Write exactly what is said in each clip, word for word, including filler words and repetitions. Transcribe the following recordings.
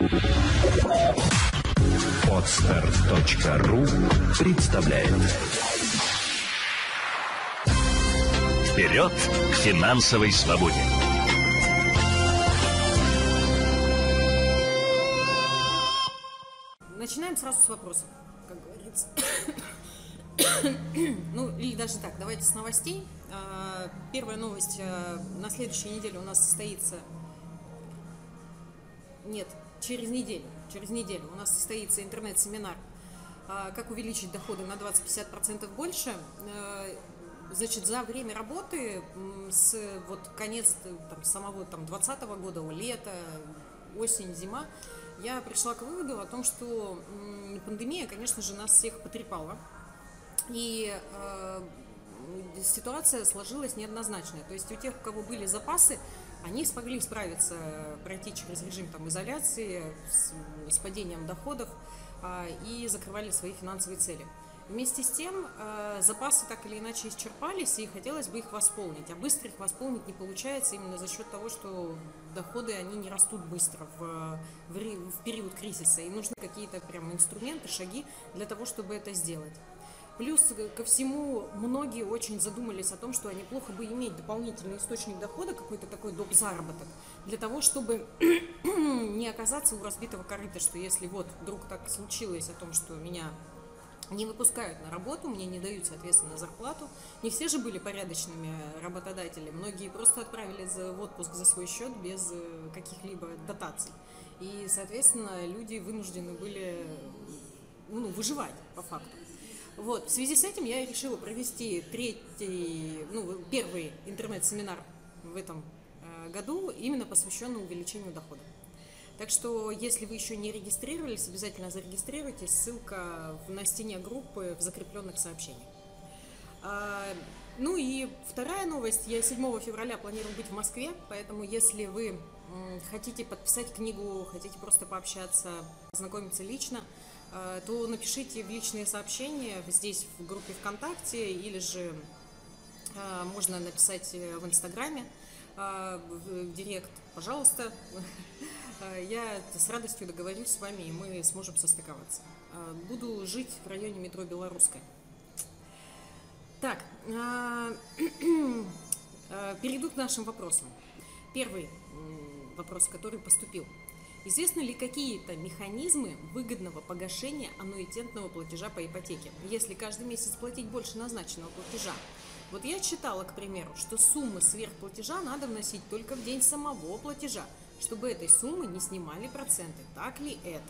Подстер точка ру представляет. Вперед к финансовой свободе! Начинаем сразу с вопросов, как говорится. Ну, или даже так, давайте с новостей. Первая новость. На следующей неделе у нас состоится... Нет, через неделю. Через неделю у нас состоится интернет-семинар «Как увеличить доходы на двадцать-пятьдесят процентов больше». Значит, за время работы с вот конец там, самого там, двадцатого года, лето, осень, зима, я пришла к выводу о том, что пандемия, конечно же, нас всех потрепала. И э, ситуация сложилась неоднозначная. То есть у тех, у кого были запасы, они смогли справиться, пройти через режим там, изоляции с, с падением доходов э, и закрывали свои финансовые цели. Вместе с тем э, запасы так или иначе исчерпались, и хотелось бы их восполнить. А быстро их восполнить не получается именно за счет того, что доходы они не растут быстро в, в, в период кризиса. И нужны какие-то прям инструменты, шаги для того, чтобы это сделать. Плюс ко всему, многие очень задумались о том, что неплохо бы иметь дополнительный источник дохода, какой-то такой доп. Заработок, для того, чтобы не оказаться у разбитого корыта, что если вот вдруг так случилось о том, что меня не выпускают на работу, мне не дают, соответственно, зарплату. Не все же были порядочными работодателями, многие просто отправили в отпуск за свой счет без каких-либо дотаций. И, соответственно, люди вынуждены были ну, выживать по факту. Вот. В связи с этим я решила провести третий, ну, первый интернет-семинар в этом году, именно посвященный увеличению дохода. Так что, если вы еще не регистрировались, обязательно зарегистрируйтесь. Ссылка на стене группы в закрепленных сообщениях. А, ну и вторая новость. Я седьмого февраля планирую быть в Москве, поэтому если вы хотите подписать книгу, хотите просто пообщаться, познакомиться лично, то напишите в личные сообщения здесь в группе ВКонтакте, или же можно написать в Инстаграме, в директ, пожалуйста. Я с радостью договорюсь с вами, и мы сможем состыковаться. Буду жить в районе метро Белорусская. Так, перейду к нашим вопросам. Первый вопрос, который поступил. Известны ли какие-то механизмы выгодного погашения аннуитетного платежа по ипотеке, если каждый месяц платить больше назначенного платежа? Вот я читала, к примеру, что суммы сверхплатежа надо вносить только в день самого платежа, чтобы этой суммы не снимали проценты. Так ли это?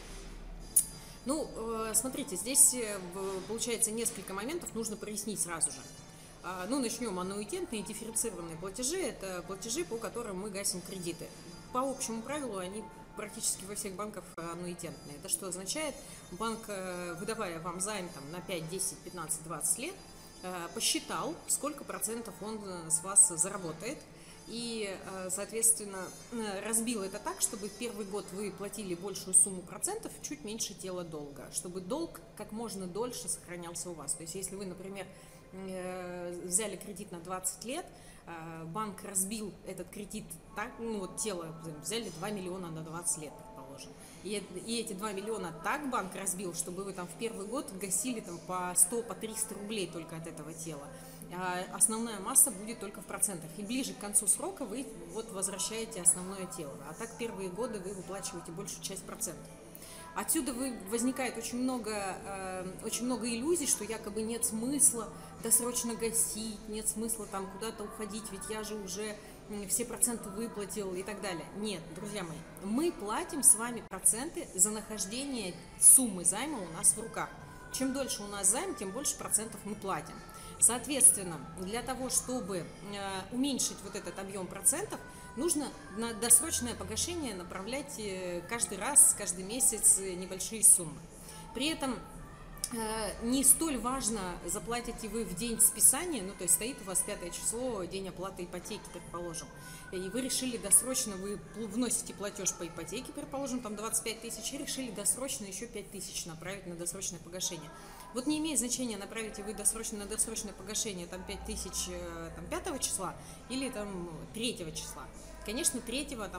Ну, смотрите, здесь получается несколько моментов, нужно прояснить сразу же. Ну, начнем. Аннуитетные дифференцированные платежи – это платежи, по которым мы гасим кредиты. По общему правилу они практически во всех банках аннуитетные. Это что означает? Банк, выдавая вам займ там, на пять, десять, пятнадцать, двадцать лет, посчитал, сколько процентов он с вас заработает, и, соответственно, разбил это так, чтобы в первый год вы платили большую сумму процентов, чуть меньше тела долга, чтобы долг как можно дольше сохранялся у вас. То есть, если вы, например, взяли кредит на двадцать лет, банк разбил этот кредит так, ну вот тело, взяли два миллиона на двадцать лет, предположим. И, и эти два миллиона так банк разбил, чтобы вы там в первый год гасили там по сто, по триста рублей только от этого тела. А основная масса будет только в процентах. И ближе к концу срока вы вот возвращаете основное тело. А так первые годы вы выплачиваете большую часть процентов. Отсюда возникает очень много, э, очень много иллюзий, что якобы нет смысла досрочно гасить, нет смысла там куда-то уходить, ведь я же уже все проценты выплатил и так далее. Нет, друзья мои, мы платим с вами проценты за нахождение суммы займа у нас в руках. Чем дольше у нас займ, тем больше процентов мы платим. Соответственно, для того, чтобы э, уменьшить вот этот объем процентов, нужно на досрочное погашение направлять каждый раз, каждый месяц небольшие суммы. При этом э, не столь важно, заплатите вы в день списания, ну то есть стоит у вас пятое число, день оплаты ипотеки, предположим, и вы решили досрочно, вы вносите платеж по ипотеке, предположим, там двадцать пять тысяч, и решили досрочно еще пять тысяч направить на досрочное погашение. Вот не имеет значения, направите вы досрочно на досрочное погашение там пять тысяч там, пятого числа или там третьего числа. Конечно, третьего там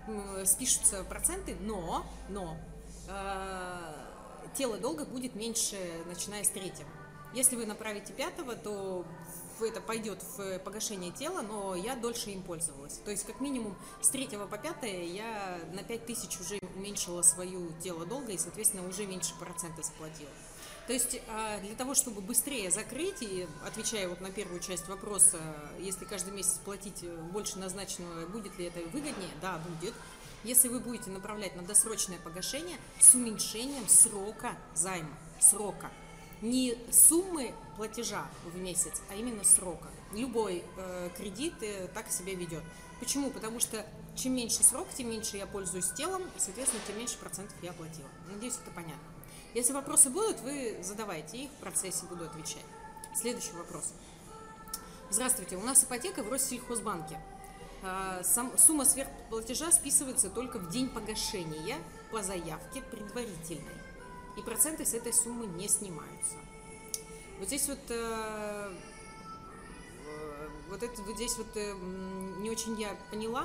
спишутся проценты, но, но э, тело долга будет меньше, начиная с третьего. Если вы направите пятого, то это пойдет в погашение тела, но я дольше им пользовалась. То есть, как минимум, с третьего по пятое я на пять тысяч уже уменьшила свое тело долга и, соответственно, уже меньше процента заплатила. То есть, для того, чтобы быстрее закрыть, и отвечая вот на первую часть вопроса, если каждый месяц платить больше назначенного, будет ли это выгоднее? Да, будет. Если вы будете направлять на досрочное погашение с уменьшением срока займа, срока. Не суммы платежа в месяц, а именно срока. Любой э, кредит э, так себя ведет. Почему? Потому что чем меньше срок, тем меньше я пользуюсь телом, и, соответственно, тем меньше процентов я оплатила. Надеюсь, это понятно. Если вопросы будут, вы задавайте их, в процессе буду отвечать. Следующий вопрос. Здравствуйте, у нас ипотека в Россельхозбанке. Э, сам, сумма сверхплатежа списывается только в день погашения по заявке предварительной. И проценты с этой суммы не снимаются. Вот здесь вот, э, вот, это, вот здесь вот э, не очень я поняла.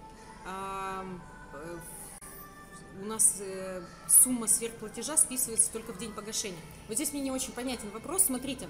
А, э, у нас э, сумма сверхплатежа списывается только в день погашения. Вот здесь мне не очень понятен вопрос. Смотрите,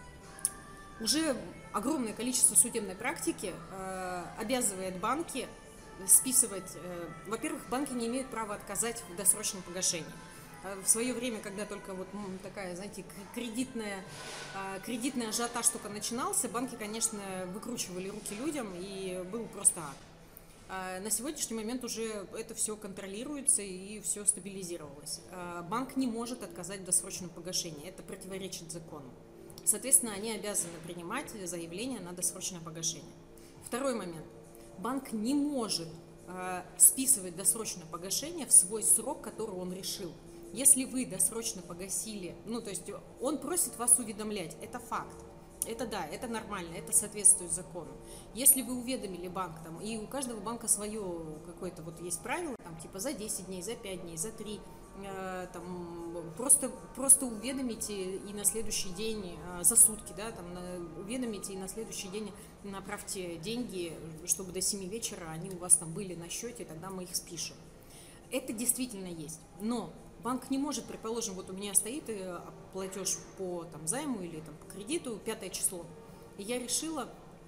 уже огромное количество судебной практики э, обязывает банки списывать. Э, во-первых, банки не имеют права отказать в досрочном погашении. В свое время, когда только вот такая, знаете, кредитная, кредитный ажиотаж только начинался, банки, конечно, выкручивали руки людям, и был просто ад. На сегодняшний момент уже это все контролируется и все стабилизировалось. Банк не может отказать в досрочном погашении, это противоречит закону. Соответственно, они обязаны принимать заявление на досрочное погашение. Второй момент. Банк не может списывать досрочное погашение в свой срок, который он решил. Если вы досрочно погасили, ну, то есть он просит вас уведомлять, это факт, это да, это нормально, это соответствует закону. Если вы уведомили банк, там, и у каждого банка свое какое-то вот есть правило, там, типа за десять дней, за пять дней, за три, э, там, просто, просто уведомите и на следующий день, э, за сутки, да, там, на, уведомите и на следующий день направьте деньги, чтобы до семи вечера они у вас там были на счете, тогда мы их спишем. Это действительно есть, но банк не может, предположим, вот у меня стоит платеж по там, займу или там, по кредиту, пятое число, и я решила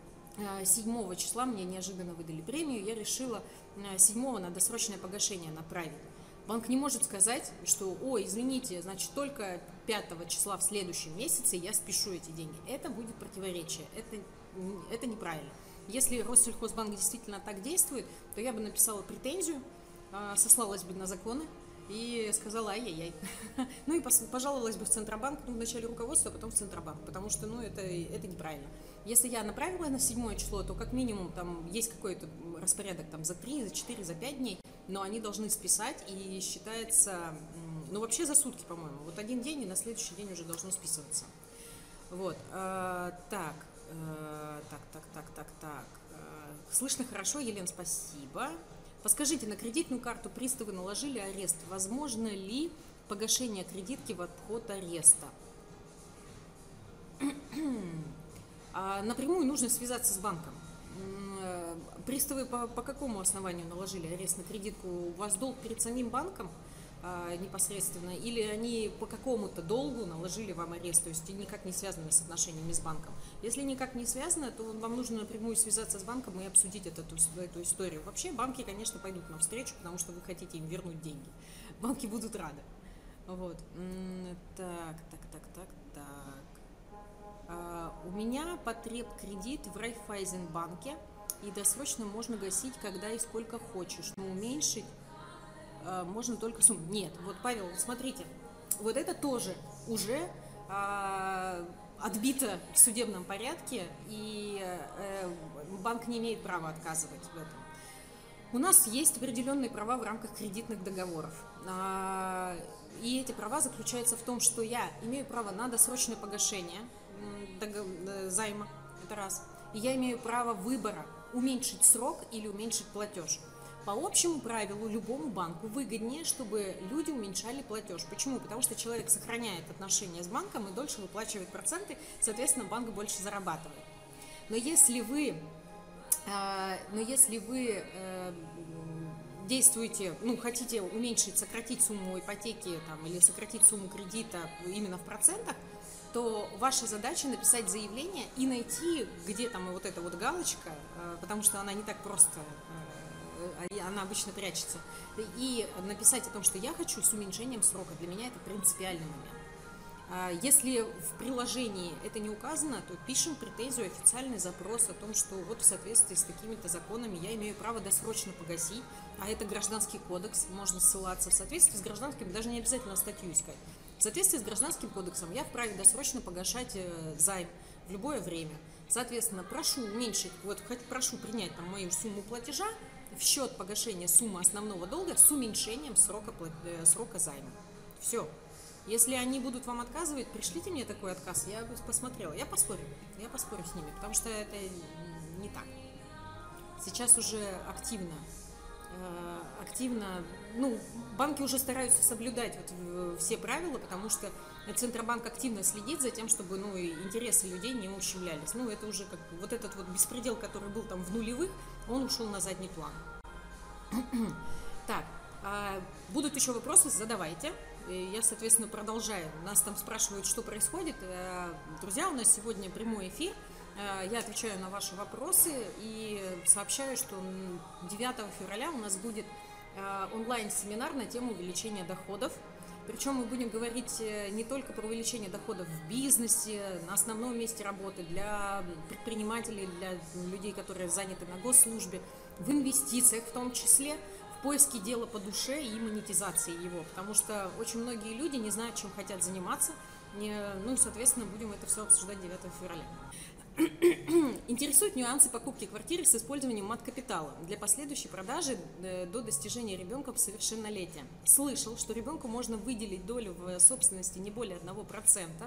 седьмого числа, мне неожиданно выдали премию, я решила седьмого на досрочное погашение направить. Банк не может сказать, что, ой, извините, значит, только пятого числа в следующем месяце я спешу эти деньги. Это будет противоречие, это, это неправильно. Если Россельхозбанк действительно так действует, то я бы написала претензию, сослалась бы на законы, и сказала ай-яй-яй. Ну и пожаловалась бы в Центробанк, ну, вначале руководство, а потом в Центробанк, потому что, ну, это, это неправильно. Если я направила на седьмое число, то как минимум там есть какой-то распорядок там за три, за четыре, за пять дней, но они должны списать, и считается, ну, вообще за сутки, по-моему. Вот один день, и на следующий день уже должно списываться. Вот, а, так, а, так, так, так, так, так. А, слышно хорошо, Елена, спасибо. Подскажите, на кредитную карту приставы наложили арест. Возможно ли погашение кредитки в обход ареста? А напрямую нужно связаться с банком. Приставы по, по какому основанию наложили арест на кредитку? У вас долг перед самим банком а, непосредственно? Или они по какому-то долгу наложили вам арест? То есть никак не связаны с отношениями с банком? Если никак не связано, то вам нужно напрямую связаться с банком и обсудить эту, эту историю. Вообще банки, конечно, пойдут навстречу, потому что вы хотите им вернуть деньги. Банки будут рады. Вот. Так, так, так, так, так. А, у меня потреб кредит в Райффайзенбанке, и досрочно можно гасить, когда и сколько хочешь. Но уменьшить а, можно только сумму. Нет, вот, Павел, смотрите, вот это тоже уже... А, отбито в судебном порядке, и э, банк не имеет права отказывать в этом. У нас есть определенные права в рамках кредитных договоров. А, и эти права заключаются в том, что я имею право на досрочное погашение договор, займа, это раз. И я имею право выбора уменьшить срок или уменьшить платеж. По общему правилу любому банку выгоднее, чтобы люди уменьшали платеж. Почему? Потому что человек сохраняет отношения с банком и дольше выплачивает проценты, соответственно, банк больше зарабатывает. Но если вы, э, но если вы э, действуете, ну, хотите уменьшить, сократить сумму ипотеки там, или сократить сумму кредита именно в процентах, то ваша задача написать заявление и найти, где там вот эта вот галочка, потому что она не так просто, она обычно прячется, и написать о том, что я хочу с уменьшением срока. Для меня это принципиальный момент. Если в приложении это не указано, то пишем претензию, официальный запрос о том, что вот в соответствии с такими-то законами я имею право досрочно погасить, а это гражданский кодекс, можно ссылаться в соответствии с гражданским, даже не обязательно статью искать. В соответствии с гражданским кодексом я вправе досрочно погашать займ в любое время. Соответственно, прошу уменьшить, вот прошу принять там мою сумму платежа в счет погашения суммы основного долга с уменьшением срока, срока займа. Все. Если они будут вам отказывать, пришлите мне такой отказ, я посмотрела, я поспорю, я поспорю с ними, потому что это не так. Сейчас уже активно, активно, ну, банки уже стараются соблюдать вот все правила, потому что Центробанк активно следит за тем, чтобы, ну, интересы людей не ущемлялись. Ну, это уже как вот этот вот беспредел, который был там в нулевых, он ушел на задний план. Так, будут еще вопросы, задавайте. Я, соответственно, продолжаю. Нас там спрашивают, что происходит. Друзья, у нас сегодня прямой эфир. Я отвечаю на ваши вопросы и сообщаю, что девятого февраля у нас будет онлайн-семинар на тему увеличения доходов. Причем мы будем говорить не только про увеличение доходов в бизнесе, на основном месте работы, для предпринимателей, для людей, которые заняты на госслужбе, в инвестициях в том числе, в поиске дела по душе и монетизации его, потому что очень многие люди не знают, чем хотят заниматься, ну и, соответственно, будем это все обсуждать девятого февраля. Интересуют нюансы покупки квартиры с использованием мат-капитала для последующей продажи до достижения ребенком совершеннолетия. Слышал, что ребенку можно выделить долю в собственности не более одного процента,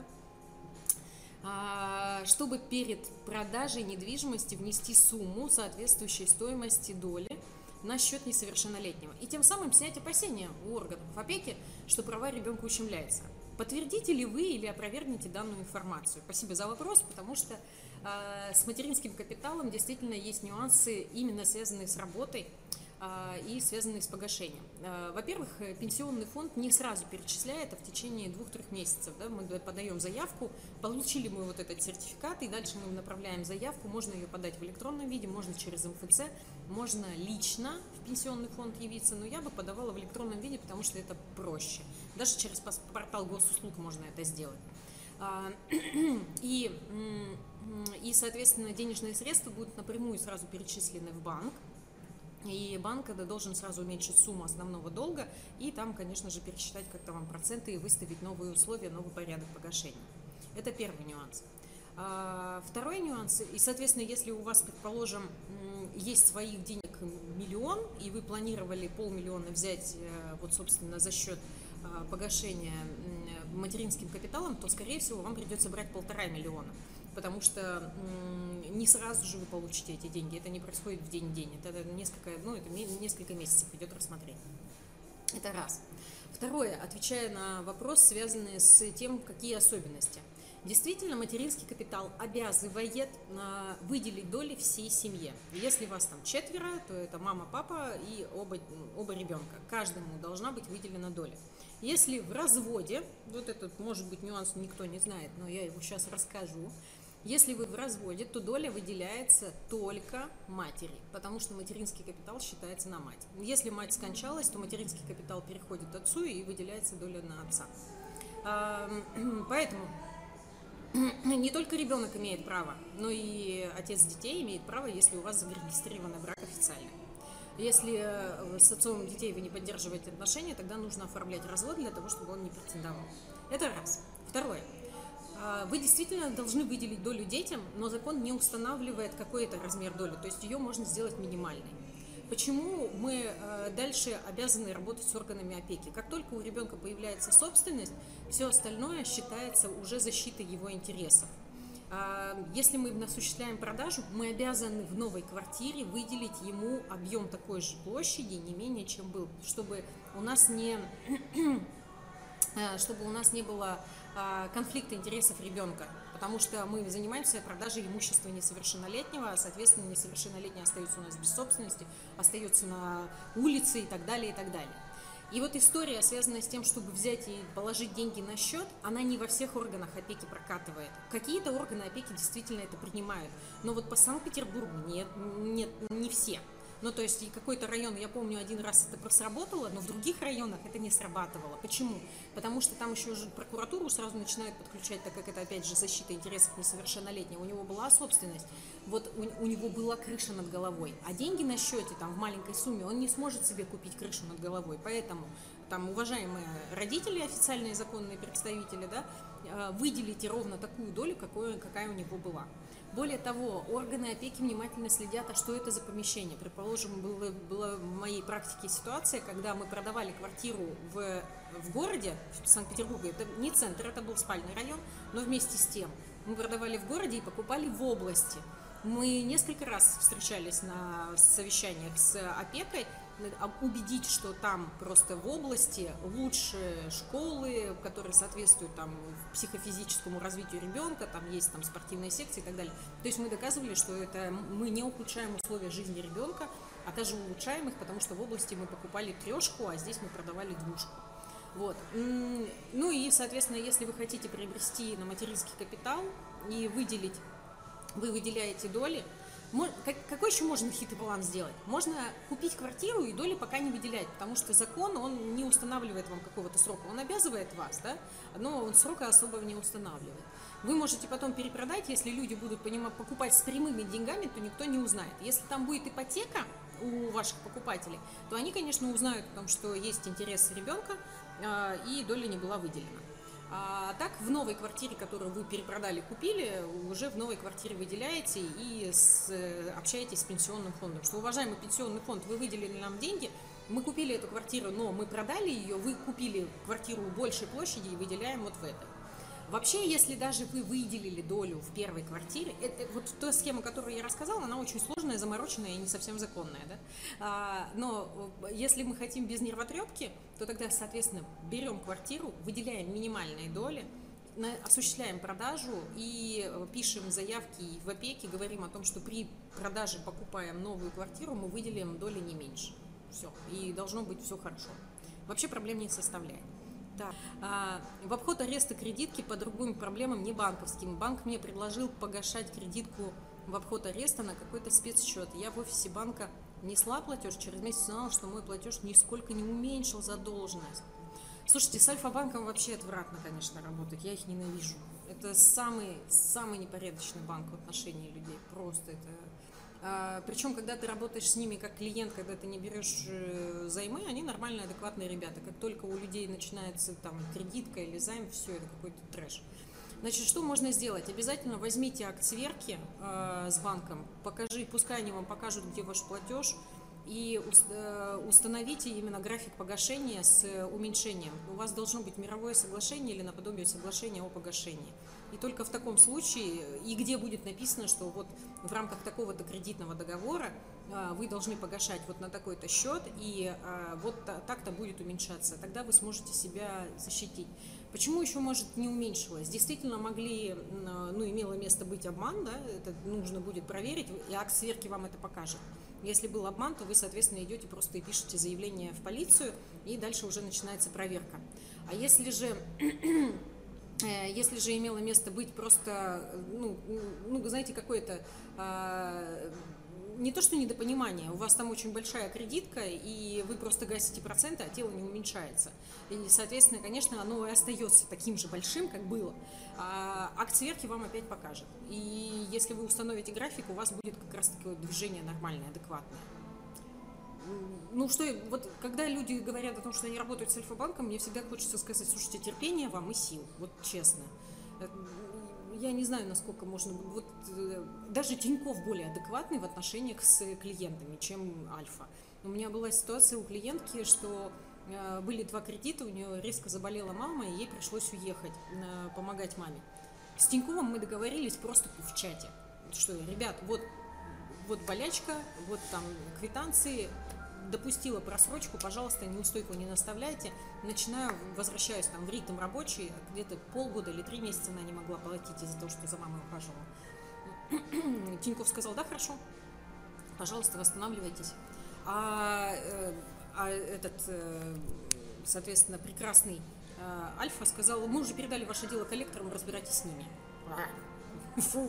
чтобы перед продажей недвижимости внести сумму, соответствующей стоимости доли, на счет несовершеннолетнего. И тем самым снять опасения у органов опеки, что права ребенка ущемляются. Подтвердите ли вы или опровергните данную информацию? Спасибо за вопрос, потому что э, с материнским капиталом действительно есть нюансы, именно связанные с работой э, и связанные с погашением. Э, во-первых, пенсионный фонд не сразу перечисляет, а в течение двух-трех месяцев. Да, мы подаем заявку, получили мы вот этот сертификат, и дальше мы направляем заявку. Можно ее подать в электронном виде, можно через эм эф цэ, можно лично в пенсионный фонд явиться, но я бы подавала в электронном виде, потому что это проще. Даже через портал госуслуг можно это сделать. И, и, соответственно, денежные средства будут напрямую сразу перечислены в банк. И банк должен сразу уменьшить сумму основного долга и там, конечно же, пересчитать как-то вам проценты и выставить новые условия, новый порядок погашения. Это первый нюанс. Второй нюанс, и, соответственно, если у вас, предположим, есть своих денег миллион, и вы планировали полмиллиона взять, вот, собственно, за счет погашения материнским капиталом, то, скорее всего, вам придется брать полтора миллиона, потому что не сразу же вы получите эти деньги, это не происходит в день-день, это несколько, ну, это несколько месяцев идет рассмотрение. Это раз. Второе, отвечая на вопрос, связанный с тем, какие особенности. Действительно, материнский капитал обязывает выделить доли всей семье. Если вас там четверо, то это мама, папа и оба, оба ребенка. Каждому должна быть выделена доля. Если в разводе, вот этот, может быть, нюанс никто не знает, но я его сейчас расскажу. Если вы в разводе, то доля выделяется только матери, потому что материнский капитал считается на мать. Если мать скончалась, то материнский капитал переходит отцу и выделяется доля на отца. Поэтому не только ребенок имеет право, но и отец детей имеет право, если у вас зарегистрирован брак официально. Если с отцом детей вы не поддерживаете отношения, тогда нужно оформлять развод для того, чтобы он не претендовал. Это раз. Второе. Вы действительно должны выделить долю детям, но закон не устанавливает, какой это размер доли, то есть ее можно сделать минимальной. Почему мы дальше обязаны работать с органами опеки? Как только у ребенка появляется собственность, все остальное считается уже защитой его интересов. Если мы осуществляем продажу, мы обязаны в новой квартире выделить ему объем такой же площади, не менее чем был, чтобы у нас не, чтобы у нас не было конфликта интересов ребенка. потому что мы занимаемся продажей имущества несовершеннолетнего, соответственно, несовершеннолетний остается у нас без собственности, остается на улице и так далее, и так далее. И вот история, связанная с тем, чтобы взять и положить деньги на счет, она не во всех органах опеки прокатывает. Какие-то органы опеки действительно это принимают, но вот по Санкт-Петербургу нет, нет, не все. Ну, то есть, и какой-то район, я помню, один раз это сработало, но в других районах это не срабатывало. Почему? Потому что там еще же прокуратуру сразу начинают подключать, так как это, опять же, защита интересов несовершеннолетнего. У него была собственность, вот у, у него была крыша над головой, а деньги на счете, там, в маленькой сумме, он не сможет себе купить крышу над головой. Поэтому, там, уважаемые родители, официальные законные представители, да, выделите ровно такую долю, какую, какая у него была. Более того, органы опеки внимательно следят, а что это за помещение. Предположим, было, была в моей практике ситуация, когда мы продавали квартиру в, в городе, в Санкт-Петербурге, это не центр, это был спальный район, но вместе с тем мы продавали в городе и покупали в области. Мы несколько раз встречались на совещаниях с опекой, убедить, что там просто в области лучше школы, которые соответствуют там психофизическому развитию ребенка, там есть там спортивные секции и так далее. То есть мы доказывали, что это мы не ухудшаем условия жизни ребенка, а даже улучшаем их, потому что в области мы покупали трешку, а здесь мы продавали двушку. Вот. Ну и, соответственно, если вы хотите приобрести на материнский капитал и выделить, вы выделяете доли. Какой еще можно хитрый план сделать? Можно купить квартиру и доли пока не выделять, потому что закон, он не устанавливает вам какого-то срока, он обязывает вас, да, но он срока особого не устанавливает. Вы можете потом перепродать, если люди будут понимать, покупать с прямыми деньгами, то никто не узнает. Если там будет ипотека у ваших покупателей, то они, конечно, узнают о том, что есть интерес ребенка, и доля не была выделена. А так, в новой квартире, которую вы перепродали, купили, уже в новой квартире выделяете и с, общаетесь с пенсионным фондом. Что, уважаемый пенсионный фонд, вы выделили нам деньги, мы купили эту квартиру, но мы продали ее, вы купили квартиру большей площади и выделяем вот в этой. Вообще, если даже вы выделили долю в первой квартире, это, вот та схема, которую я рассказала, она очень сложная, замороченная и не совсем законная, да? А, но если мы хотим без нервотрепки, то тогда, соответственно, берем квартиру, выделяем минимальные доли, осуществляем продажу и пишем заявки в опеке, говорим о том, что при продаже покупаем новую квартиру, мы выделим доли не меньше. Все, и должно быть все хорошо. Вообще проблем не составляет. Да. А, в обход ареста кредитки по другим проблемам, не банковским. Банк мне предложил погашать кредитку в обход ареста на какой-то спецсчет. Я в офисе банка внесла платеж, через месяц узнала, что мой платеж нисколько не уменьшил задолженность. Слушайте, с Альфа-банком вообще отвратно, конечно, работать. Я их ненавижу. Это самый, самый непорядочный банк в отношении людей. Просто это... А, причем, когда ты работаешь с ними как клиент, когда ты не берешь э, займы, они нормальные, адекватные ребята. Как только у людей начинается там кредитка или займ, все, это какой-то трэш. Значит, что можно сделать? Обязательно возьмите акт сверки э, с банком, покажи, пускай они вам покажут, где ваш платеж, и установите именно график погашения с уменьшением. У вас должно быть мировое соглашение или наподобие соглашения о погашении. И только в таком случае, и где будет написано, что вот в рамках такого-то кредитного договора вы должны погашать вот на такой-то счет, и вот так-то будет уменьшаться. Тогда вы сможете себя защитить. Почему еще, может, не уменьшилось? Действительно могли, ну, имело место быть обман, да, это нужно будет проверить, и акт сверки вам это покажет. Если был обман, то вы, соответственно, идете просто и пишете заявление в полицию, и дальше уже начинается проверка. А если же, если же имело место быть просто, ну, ну знаете, какое-то, а, не то что недопонимание, у вас там очень большая кредитка, и вы просто гасите проценты, а тело не уменьшается. И, соответственно, конечно, оно и остается таким же большим, как было. А акт сверки вам опять покажет. И если вы установите график, у вас будет как раз такое движение нормальное, адекватное. Ну что, вот когда люди говорят о том, что они работают с Альфа-банком, мне всегда хочется сказать: слушайте, терпения вам и сил, вот честно. Я не знаю, насколько можно... Вот, даже Тинькофф более адекватный в отношениях с клиентами, чем Альфа. У меня была ситуация у клиентки, что э, были два кредита, у нее резко заболела мама, и ей пришлось уехать, э, помогать маме. С Тиньковым мы договорились просто в чате, что, ребят, вот, вот болячка, вот там квитанции, допустила просрочку, пожалуйста, неустойку не наставляйте. Начинаю, возвращаюсь там в ритм рабочий, где-то полгода или три месяца она не могла платить из-за того, что за мамой ухаживала. Тинькофф сказал: да, хорошо, пожалуйста, восстанавливайтесь. А, а этот, соответственно, прекрасный Альфа сказал: мы уже передали ваше дело коллекторам, разбирайтесь с ними. Фу.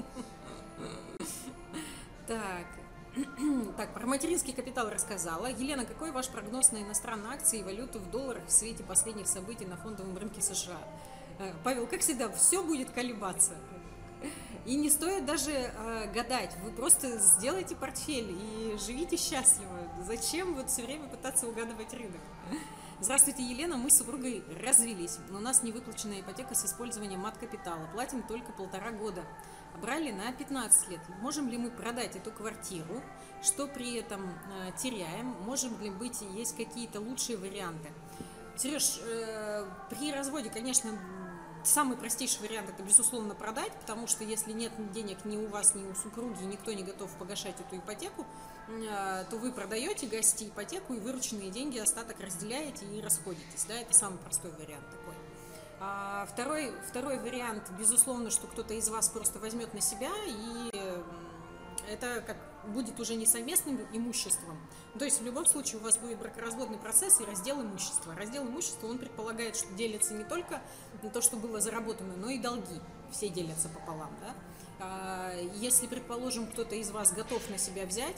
Так. Так, про материнский капитал рассказала. Елена, какой ваш прогноз на иностранные акции и валюту в долларах в свете последних событий на фондовом рынке США? Павел, как всегда, все будет колебаться. И не стоит даже э, гадать. Вы просто сделайте портфель и живите счастливо. Зачем вот все время пытаться угадывать рынок? Здравствуйте, Елена. Мы с супругой развелись. У нас невыплаченная ипотека с использованием мат-капитала. Платим только полтора года. Брали на пятнадцать лет. Можем ли мы продать эту квартиру? Что при этом э, теряем? Можем ли быть, есть какие-то лучшие варианты? Сереж, э, при разводе, конечно, самый простейший вариант — это, безусловно, продать, потому что если нет денег ни у вас, ни у супруги, никто не готов погашать эту ипотеку, э, то вы продаете, гасите ипотеку и вырученные деньги, остаток разделяете и расходитесь. Да? Это самый простой вариант такой. А второй, второй вариант, безусловно, что кто-то из вас просто возьмет на себя, и это как будет уже не совместным имуществом. То есть в любом случае у вас будет бракоразводный процесс и раздел имущества. Раздел имущества, он предполагает, что делится не только на то, что было заработано, но и долги. Все делятся пополам. Да? Если, предположим, кто-то из вас готов на себя взять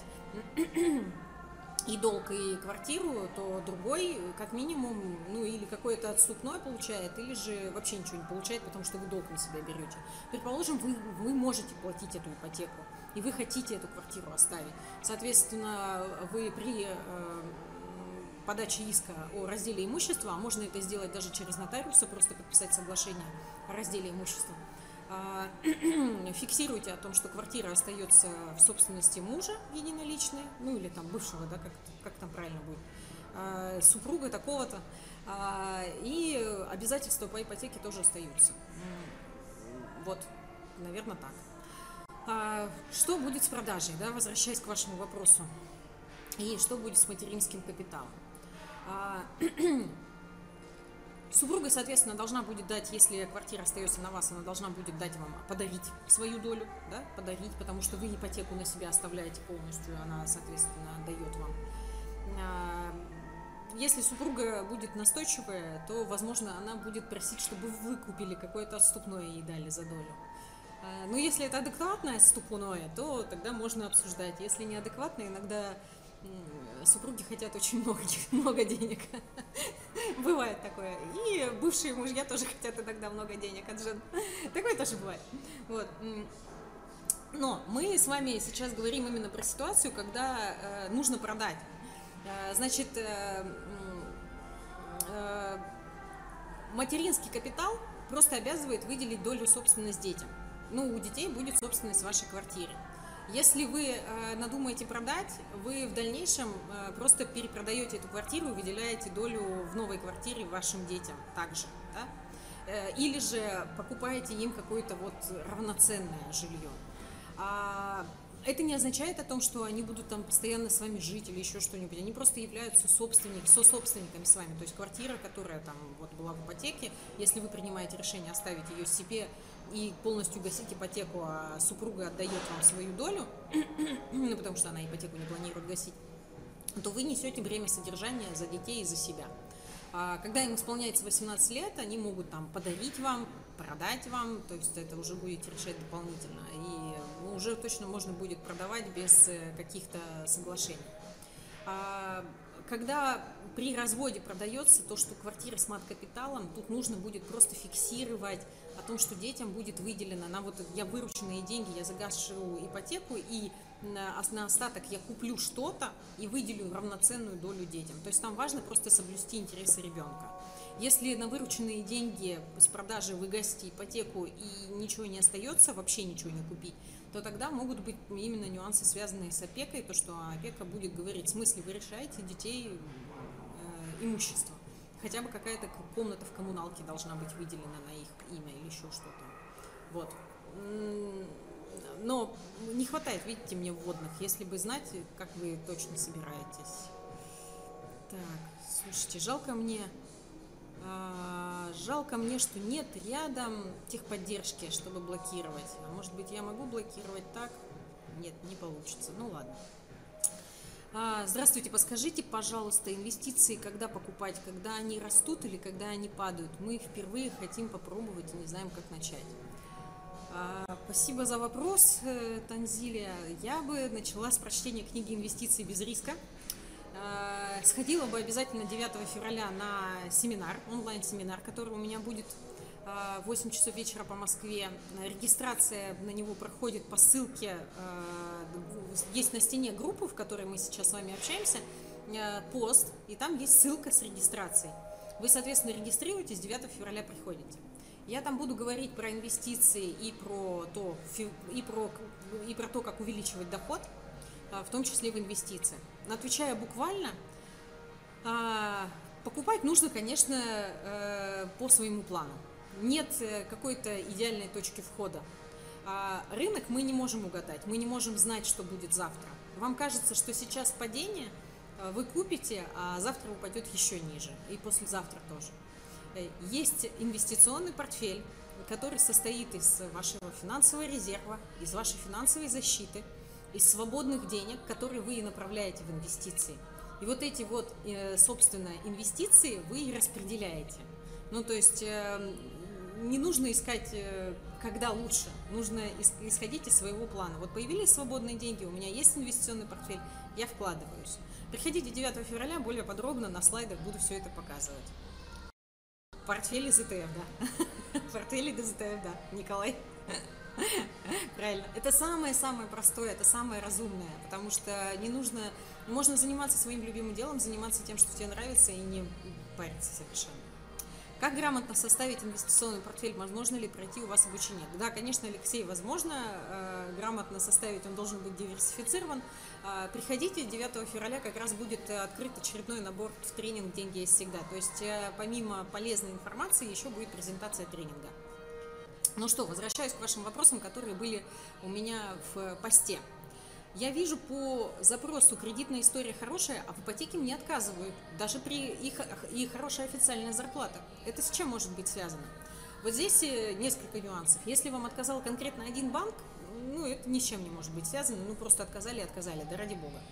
и долг, и квартиру, то другой, как минимум, ну или какое-то отступное получает, или же вообще ничего не получает, потому что вы долг на себя берете. Предположим, вы, вы можете платить эту ипотеку, и вы хотите эту квартиру оставить. Соответственно, вы при э, подаче иска о разделе имущества, а можно это сделать даже через нотариуса, просто подписать соглашение о разделе имущества, фиксируйте о том, что квартира остается в собственности мужа единоличной, ну или там бывшего, да, как, как там правильно будет, супруга такого-то, и обязательства по ипотеке тоже остаются. Вот, наверное, так. Что будет с продажей, да, возвращаясь к вашему вопросу, и что будет с материнским капиталом? Супруга, соответственно, должна будет дать, если квартира остается на вас, она должна будет дать вам, подарить свою долю, да, подарить, потому что вы ипотеку на себя оставляете полностью, она, соответственно, дает вам. Если супруга будет настойчивая, то, возможно, она будет просить, чтобы вы купили какое-то отступное и дали за долю. Но если это адекватное отступное, то тогда можно обсуждать. Если неадекватное, иногда супруги хотят очень много, много денег. Бывает такое. И бывшие мужья тоже хотят иногда много денег от жен. Такое тоже бывает. Вот. Но мы с вами сейчас говорим именно про ситуацию, когда э, нужно продать. Э, значит, э, э, материнский капитал просто обязывает выделить долю собственности детям. Ну, у детей будет собственность в вашей квартире. Если вы э, надумаете продать, вы в дальнейшем э, просто перепродаете эту квартиру и выделяете долю в новой квартире вашим детям также. Да? Э, или же покупаете им какое-то вот равноценное жилье. А, это не означает о том, что они будут там постоянно с вами жить или еще что-нибудь. Они просто являются собственниками, сособственниками с вами. То есть квартира, которая там вот была в ипотеке, если вы принимаете решение оставить ее себе и полностью гасить ипотеку, а супруга отдает вам свою долю, ну, потому что она ипотеку не планирует гасить, то вы несете бремя содержания за детей и за себя. А когда им исполняется восемнадцать лет, они могут там подарить вам, продать вам, то есть это уже будете решать дополнительно, и ну, уже точно можно будет продавать без каких-то соглашений. А когда при разводе продается то, что квартира с мат-капиталом, тут нужно будет просто фиксировать о том, что детям будет выделено на вот я вырученные деньги, я загашу ипотеку, и на, на остаток я куплю что-то и выделю равноценную долю детям. То есть там важно просто соблюсти интересы ребенка. Если на вырученные деньги с продажи вы гасите ипотеку и ничего не остается, вообще ничего не купить, то тогда могут быть именно нюансы, связанные с опекой, то, что опека будет говорить, в смысле вы решаете детей э, имущество. Хотя бы какая-то комната в коммуналке должна быть выделена на их имя или еще что-то. Вот. Но не хватает, видите, мне вводных. Если бы знать, как вы точно собираетесь Так, слушайте, жалко мне, а, жалко мне, что нет рядом техподдержки, чтобы блокировать. А может быть, я могу блокировать так? Нет, не получится. Ну ладно. А, здравствуйте, подскажите, пожалуйста, инвестиции, когда покупать, когда они растут или когда они падают? Мы впервые хотим попробовать и не знаем, как начать. А, спасибо за вопрос, э, Танзилия. Я бы начала с прочтения книги «Инвестиции без риска». А, сходила бы обязательно девятого февраля на семинар, онлайн-семинар, который у меня будет в восемь часов вечера по Москве. Регистрация на него проходит по ссылке, есть на стене группы, в которой мы сейчас с вами общаемся, пост, и там есть ссылка с регистрацией. Вы, соответственно, регистрируетесь, девятого февраля приходите. Я там буду говорить про инвестиции и про то, и про, и про то, как увеличивать доход, в том числе в инвестиции. Но отвечая буквально, покупать нужно, конечно, по своему плану. Нет какой-то идеальной точки входа. Рынок мы не можем угадать, мы не можем знать, что будет завтра. Вам кажется, что сейчас падение, вы купите, а завтра упадет еще ниже, и послезавтра тоже. Есть инвестиционный портфель, который состоит из вашего финансового резерва, из вашей финансовой защиты, из свободных денег, которые вы направляете в инвестиции. И вот эти вот, собственно, инвестиции вы распределяете. Ну, то есть не нужно искать, когда лучше, нужно исходить из своего плана. Вот появились свободные деньги, у меня есть инвестиционный портфель, я вкладываюсь. Приходите девятого февраля, более подробно на слайдах буду все это показывать. Портфель из и тэ эф, да. Портфель из и тэ эф, да, Николай. Правильно. Это самое-самое простое, это самое разумное, потому что не нужно, можно заниматься своим любимым делом, заниматься тем, что тебе нравится, и не париться совершенно. Как грамотно составить инвестиционный портфель? Возможно ли пройти у вас обучение? Да, конечно, Алексей, возможно э, грамотно составить, он должен быть диверсифицирован. Э, приходите, девятого февраля как раз будет открыт очередной набор в тренинг «Деньги есть всегда». То есть э, помимо полезной информации еще будет презентация тренинга. Ну что, возвращаюсь к вашим вопросам, которые были у меня в посте. Я вижу по запросу кредитная история хорошая, а в ипотеке мне отказывают, даже при их, и хорошая официальная зарплата. Это с чем может быть связано? Вот здесь несколько нюансов. Если вам отказал конкретно один банк, ну это ни с чем не может быть связано, ну просто отказали и отказали, да ради бога.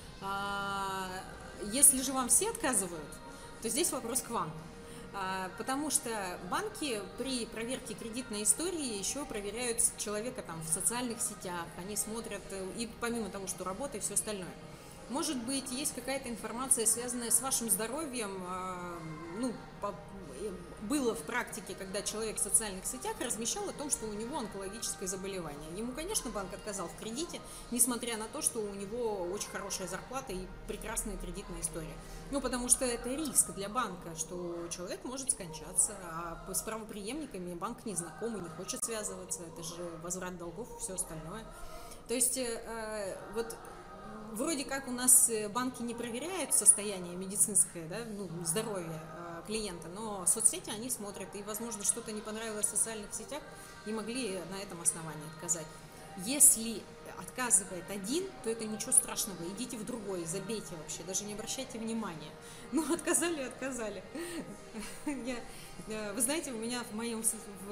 А если же вам все отказывают, то здесь вопрос к вам. Потому что банки при проверке кредитной истории еще проверяют человека там в социальных сетях, они смотрят, и помимо того, что работа и все остальное. Может быть, есть какая-то информация, связанная с вашим здоровьем, ну, было в практике, когда человек в социальных сетях размещал о том, что у него онкологическое заболевание. Ему, конечно, банк отказал в кредите, несмотря на то, что у него очень хорошая зарплата и прекрасная кредитная история. Ну, потому что это риск для банка, что человек может скончаться, а с правопреемниками банк не знаком и не хочет связываться, это же возврат долгов и все остальное. То есть, э, вот вроде как у нас банки не проверяют состояние медицинское, да, ну, здоровье клиента, но соцсети они смотрят, и, возможно, что-то не понравилось в социальных сетях, и могли на этом основании отказать. Если отказывает один, то это ничего страшного, идите в другой, забейте вообще, даже не обращайте внимания. Ну, отказали, отказали. Я, вы знаете, у меня в моем в,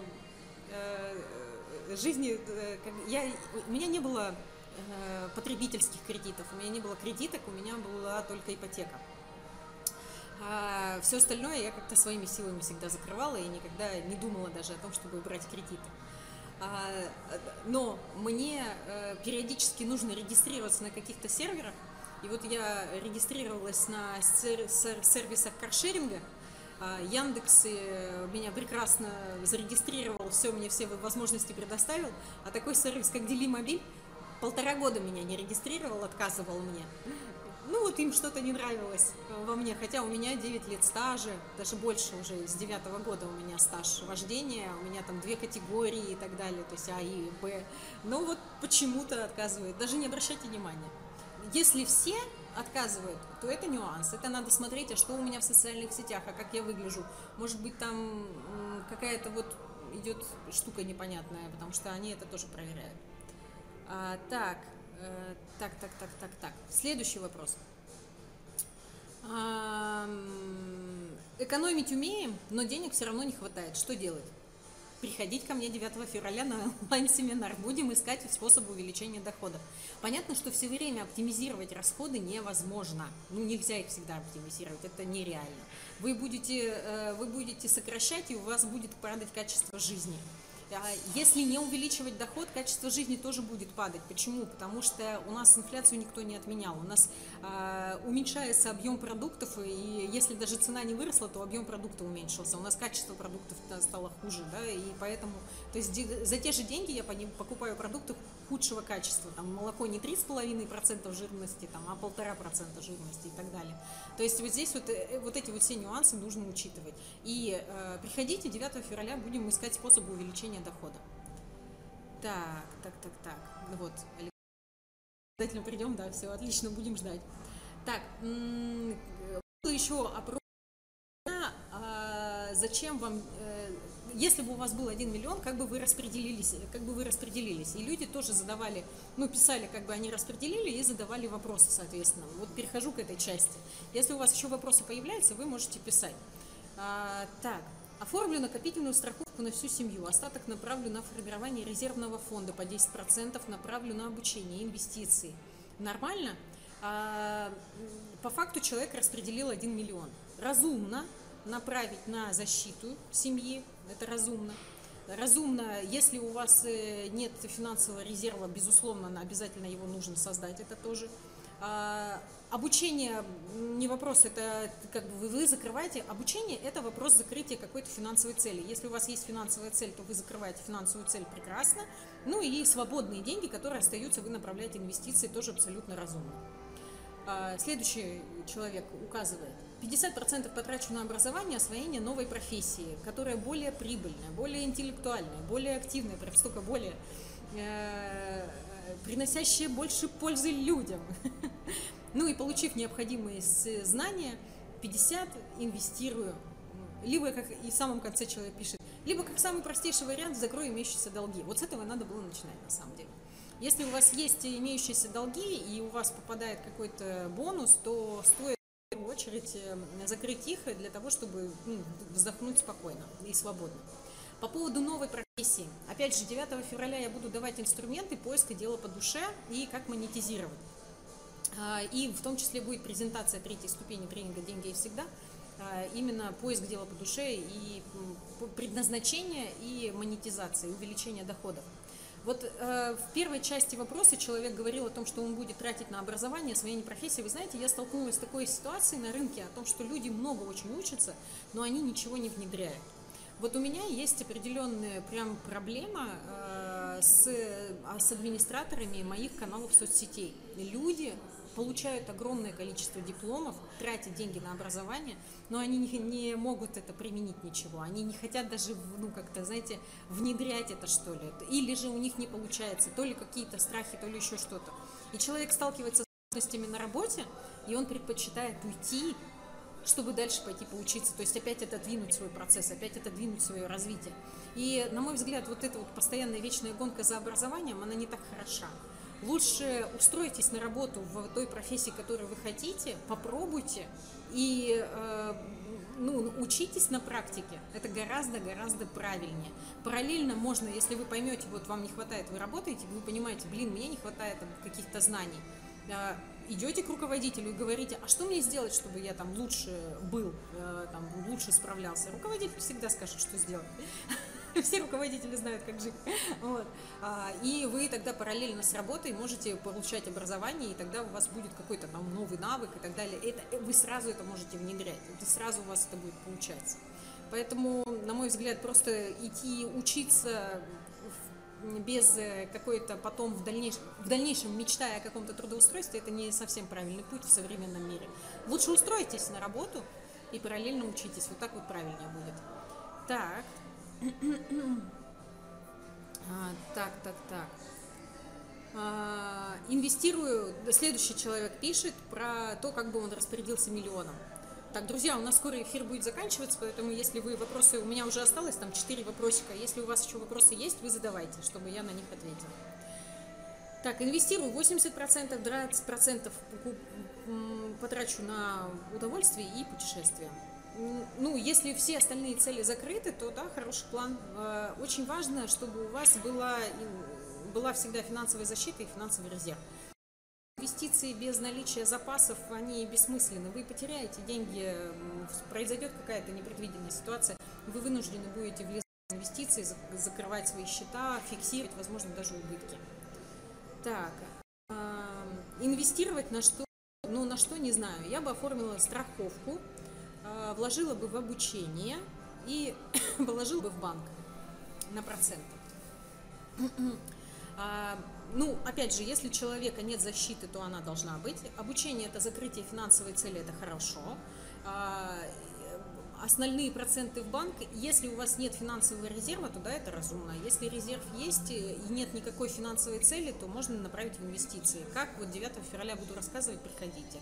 э, жизни, я, у меня не было э, потребительских кредитов, у меня не было кредиток, у меня была только ипотека. А все остальное я как-то своими силами всегда закрывала и никогда не думала даже о том, чтобы брать кредиты. А, но мне э, периодически нужно регистрироваться на каких-то серверах. И вот я регистрировалась на сер- сер- сервисах каршеринга. А, Яндекс меня прекрасно зарегистрировал, все, мне все возможности предоставил. А такой сервис, как Делимобиль, полтора года меня не регистрировал, отказывал мне. Ну вот им что-то не нравилось во мне, хотя у меня девять лет стажа, даже больше уже, с девятого года у меня стаж вождения, у меня там две категории и так далее, то есть А и Б, но вот почему-то отказывают, даже не обращайте внимания. Если все отказывают, то это нюанс, это надо смотреть, а что у меня в социальных сетях, а как я выгляжу, может быть там какая-то вот идет штука непонятная, потому что они это тоже проверяют. А, так... Так, так, так, так, так. Следующий вопрос. Экономить умеем, но денег все равно не хватает. Что делать? Приходить ко мне девятого февраля на онлайн-семинар. Будем искать способы увеличения дохода. Понятно, что все время оптимизировать расходы невозможно. Ну, нельзя их всегда оптимизировать, это нереально. Вы будете, вы будете сокращать, и у вас будет падать качество жизни. Если не увеличивать доход, качество жизни тоже будет падать. Почему? Потому что у нас инфляцию никто не отменял. У нас э, уменьшается объем продуктов, и если даже цена не выросла, то объем продуктов уменьшился. У нас качество продуктов стало хуже, да, и поэтому, то есть за те же деньги я покупаю продукты худшего качества. Там молоко не три с половиной процента жирности, там, а полтора процента жирности и так далее. То есть вот здесь вот, вот эти вот все нюансы нужно учитывать. И э, приходите девятого февраля, будем искать способы увеличения дохода. Так, так, так, так. Вот, обязательно придем, да, все, отлично, будем ждать. Так, еще опрос. А зачем вам, если бы у вас был один миллион, как бы вы распределились, как бы вы распределились? И люди тоже задавали, ну, писали, как бы они распределили и задавали вопросы, соответственно. Вот перехожу к этой части. Если у вас еще вопросы появляются, вы можете писать. А, так. Оформлю накопительную страховку на всю семью, остаток направлю на формирование резервного фонда по десять процентов, направлю на обучение, инвестиции. Нормально? А, по факту человек распределил один миллион. Разумно направить на защиту семьи, это разумно. Разумно, если у вас нет финансового резерва, безусловно, обязательно его нужно создать, это тоже. А, обучение не вопрос, это как бы вы закрываете. Обучение – это вопрос закрытия какой-то финансовой цели. Если у вас есть финансовая цель, то вы закрываете финансовую цель прекрасно. Ну и свободные деньги, которые остаются, вы направляете инвестиции, тоже абсолютно разумно. А, следующий человек указывает. пятьдесят процентов потрачу на образование, освоение новой профессии, которая более прибыльная, более интеллектуальная, более активная, прям столько более... приносящие больше пользы людям. Ну и получив необходимые знания, пятьдесят инвестирую. Либо, как и в самом конце человек пишет, либо как самый простейший вариант закрою имеющиеся долги. Вот с этого надо было начинать на самом деле. Если у вас есть имеющиеся долги и у вас попадает какой-то бонус, то стоит в первую очередь закрыть их для того, чтобы ну, вздохнуть спокойно и свободно. По поводу новой профессии. Опять же, девятого февраля я буду давать инструменты поиска дела по душе и как монетизировать. И в том числе будет презентация третьей ступени тренинга «Деньги и всегда». Именно поиск дела по душе и предназначение и монетизация, увеличение доходов. Вот э, в первой части вопроса человек говорил о том, что он будет тратить на образование, освоение профессии. Вы знаете, я столкнулась с такой ситуацией на рынке, о том, что люди много очень учатся, но они ничего не внедряют. Вот у меня есть определенная прям проблема э, с, с администраторами моих каналов соцсетей. Люди получают огромное количество дипломов, тратят деньги на образование, но они не, не могут это применить ничего. Они не хотят даже, ну, как-то, знаете, внедрять это, что ли. Или же у них не получается, то ли какие-то страхи, то ли еще что-то. И человек сталкивается с трудностями на работе, и он предпочитает уйти, чтобы дальше пойти поучиться, то есть опять отодвинуть свой процесс, опять отодвинуть свое развитие. И, на мой взгляд, вот эта вот постоянная вечная гонка за образованием, она не так хороша. Лучше устройтесь на работу в той профессии, которую вы хотите, попробуйте и э, ну, учитесь на практике. Это гораздо-гораздо правильнее. Параллельно можно, если вы поймете, вот вам не хватает, вы работаете, вы понимаете, блин, мне не хватает каких-то знаний, идете к руководителю и говорите, а что мне сделать, чтобы я там лучше был, там, лучше справлялся. Руководитель всегда скажет, что сделать. Все руководители знают, как жить. Вот. И вы тогда параллельно с работой можете получать образование, и тогда у вас будет какой-то там новый навык и так далее. Это, вы сразу это можете внедрять, это сразу у вас это будет получаться. Поэтому, на мой взгляд, просто идти учиться без какой-то потом в дальнейшем, в дальнейшем мечтая о каком-то трудоустройстве, это не совсем правильный путь в современном мире. Лучше устройтесь на работу и параллельно учитесь. Вот так вот правильнее будет. Так. А, так, так, так. А, инвестирую. Следующий человек пишет про то, как бы он распорядился миллионом. Так, друзья, у нас скоро эфир будет заканчиваться, поэтому если вы вопросы, у меня уже осталось там четыре вопросика, если у вас еще вопросы есть, вы задавайте, чтобы я на них ответила. Так, инвестирую восемьдесят процентов, двадцать процентов потрачу на удовольствие и путешествия. Ну, если все остальные цели закрыты, то да, хороший план. Очень важно, чтобы у вас была, была всегда финансовая защита и финансовый резерв. Инвестиции без наличия запасов, они бессмысленны. Вы потеряете деньги, произойдет какая-то непредвиденная ситуация, вы вынуждены будете влезать в инвестиции, закрывать свои счета, фиксировать, возможно, даже убытки. Так, инвестировать на что? Ну, на что, не знаю. Я бы оформила страховку, вложила бы в обучение и положила бы в банк на проценты. Ну, опять же, если у человека нет защиты, то она должна быть. Обучение – это закрытие финансовой цели, это хорошо. Основные проценты в банк. Если у вас нет финансового резерва, то да, это разумно. Если резерв есть и нет никакой финансовой цели, то можно направить в инвестиции. Как вот девятого февраля буду рассказывать, приходите.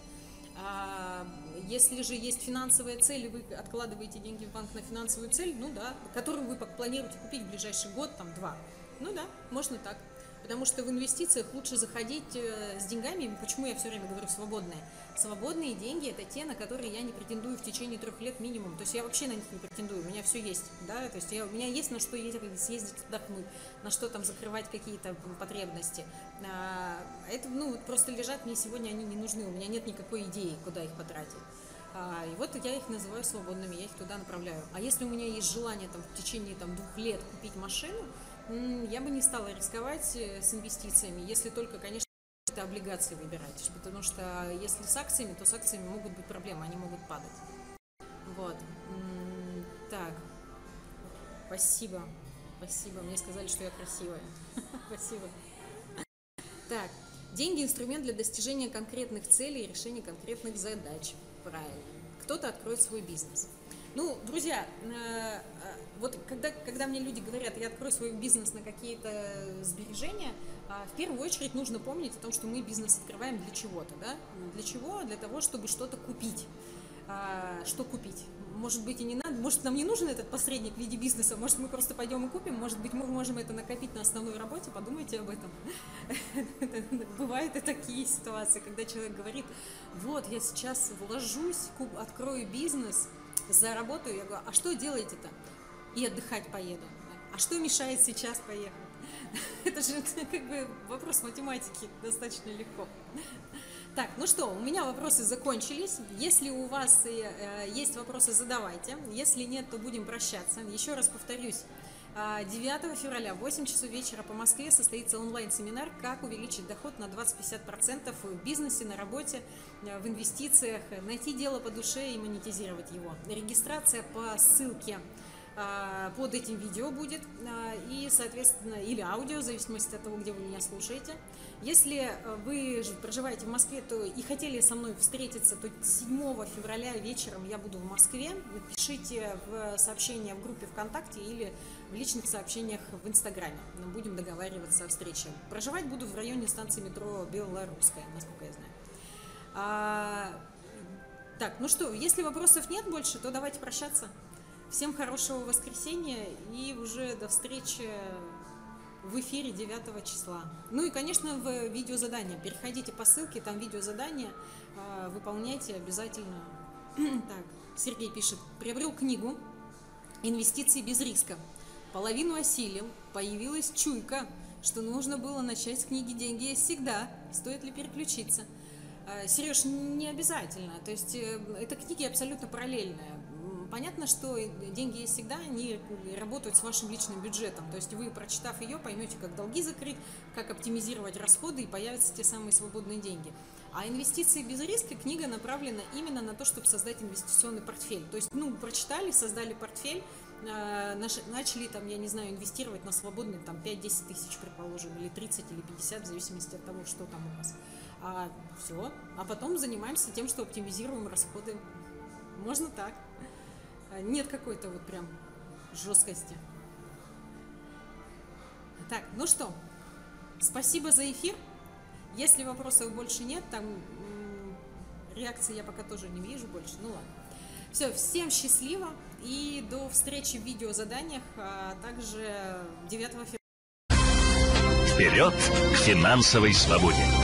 Если же есть финансовая цель, и вы откладываете деньги в банк на финансовую цель, ну да, которую вы планируете купить в ближайший год, там, два, ну да, можно так. Потому что в инвестициях лучше заходить с деньгами. Почему я все время говорю свободные? Свободные деньги – это те, на которые я не претендую в течение трех лет минимум. То есть я вообще на них не претендую, у меня все есть. Да? То есть я, у меня есть на что съездить отдохнуть, на что там закрывать какие-то потребности. А, это ну, просто лежат, мне сегодня они не нужны, у меня нет никакой идеи, куда их потратить. А, и вот я их называю свободными, я их туда направляю. А если у меня есть желание там, в течение там, двух лет купить машину, я бы не стала рисковать с инвестициями, если только, конечно, это облигации выбирать, потому что если с акциями, то с акциями могут быть проблемы, они могут падать. Вот. Так. Спасибо. Спасибо. Мне сказали, что я красивая. Спасибо. Так. Деньги – инструмент для достижения конкретных целей и решения конкретных задач. Правильно. Кто-то откроет свой бизнес. Ну, друзья, вот когда, когда мне люди говорят, я открою свой бизнес на какие-то сбережения, в первую очередь нужно помнить о том, что мы бизнес открываем для чего-то, да? Для чего? Для того, чтобы что-то купить. Что купить? Может быть, и не надо, может, нам не нужен этот посредник в виде бизнеса, может, мы просто пойдем и купим, может быть, мы можем это накопить на основной работе, подумайте об этом. Бывают и такие ситуации, когда человек говорит, вот, я сейчас вложусь, открою бизнес, заработаю, я говорю, а что делаете-то? И отдыхать поеду. А что мешает сейчас поехать? Это же как бы вопрос математики, достаточно легко. Так, ну что, у меня вопросы закончились. Если у вас есть вопросы, задавайте. Если нет, то будем прощаться. Еще раз повторюсь. девятого февраля в восемь часов вечера по Москве состоится онлайн-семинар «Как увеличить доход на двадцать-пятьдесят процентов в бизнесе, на работе, в инвестициях, найти дело по душе и монетизировать его». Регистрация по ссылке под этим видео будет, и, соответственно, или аудио, в зависимости от того, где вы меня слушаете. Если вы проживаете в Москве, то и хотели со мной встретиться, то седьмого февраля вечером я буду в Москве. Пишите в сообщения в группе ВКонтакте или в личных сообщениях в Инстаграме. Будем договариваться о встрече. Проживать буду в районе станции метро Белорусская, насколько я знаю. А, так, ну что, если вопросов нет больше, то давайте прощаться. Всем хорошего воскресенья и уже до встречи в эфире девятого числа. Ну и, конечно, в видеозадание. Переходите по ссылке, там видеозадание, выполняйте обязательно. Так, Сергей пишет, приобрел книгу «Инвестиции без риска». Половину осилил, появилась чуйка, что нужно было начать с книги «Деньги есть всегда». Стоит ли переключиться? Сереж, не обязательно. То есть это книги абсолютно параллельные. Понятно, что деньги есть всегда, они работают с вашим личным бюджетом. То есть вы, прочитав ее, поймете, как долги закрыть, как оптимизировать расходы, и появятся те самые свободные деньги. А инвестиции без риска книга направлена именно на то, чтобы создать инвестиционный портфель. То есть, ну, прочитали, создали портфель, начали, там, я не знаю, инвестировать на свободные там пять-десять тысяч, предположим, или тридцать, или пятьдесят, в зависимости от того, что там у вас. А все. А потом занимаемся тем, что оптимизируем расходы. Можно так. Нет какой-то вот прям жесткости. Так, ну что, спасибо за эфир. Если вопросов больше нет, там реакции я пока тоже не вижу больше. Ну ладно. Все, всем счастливо и до встречи в видеозаданиях, а также девятого февраля. Вперед к финансовой свободе!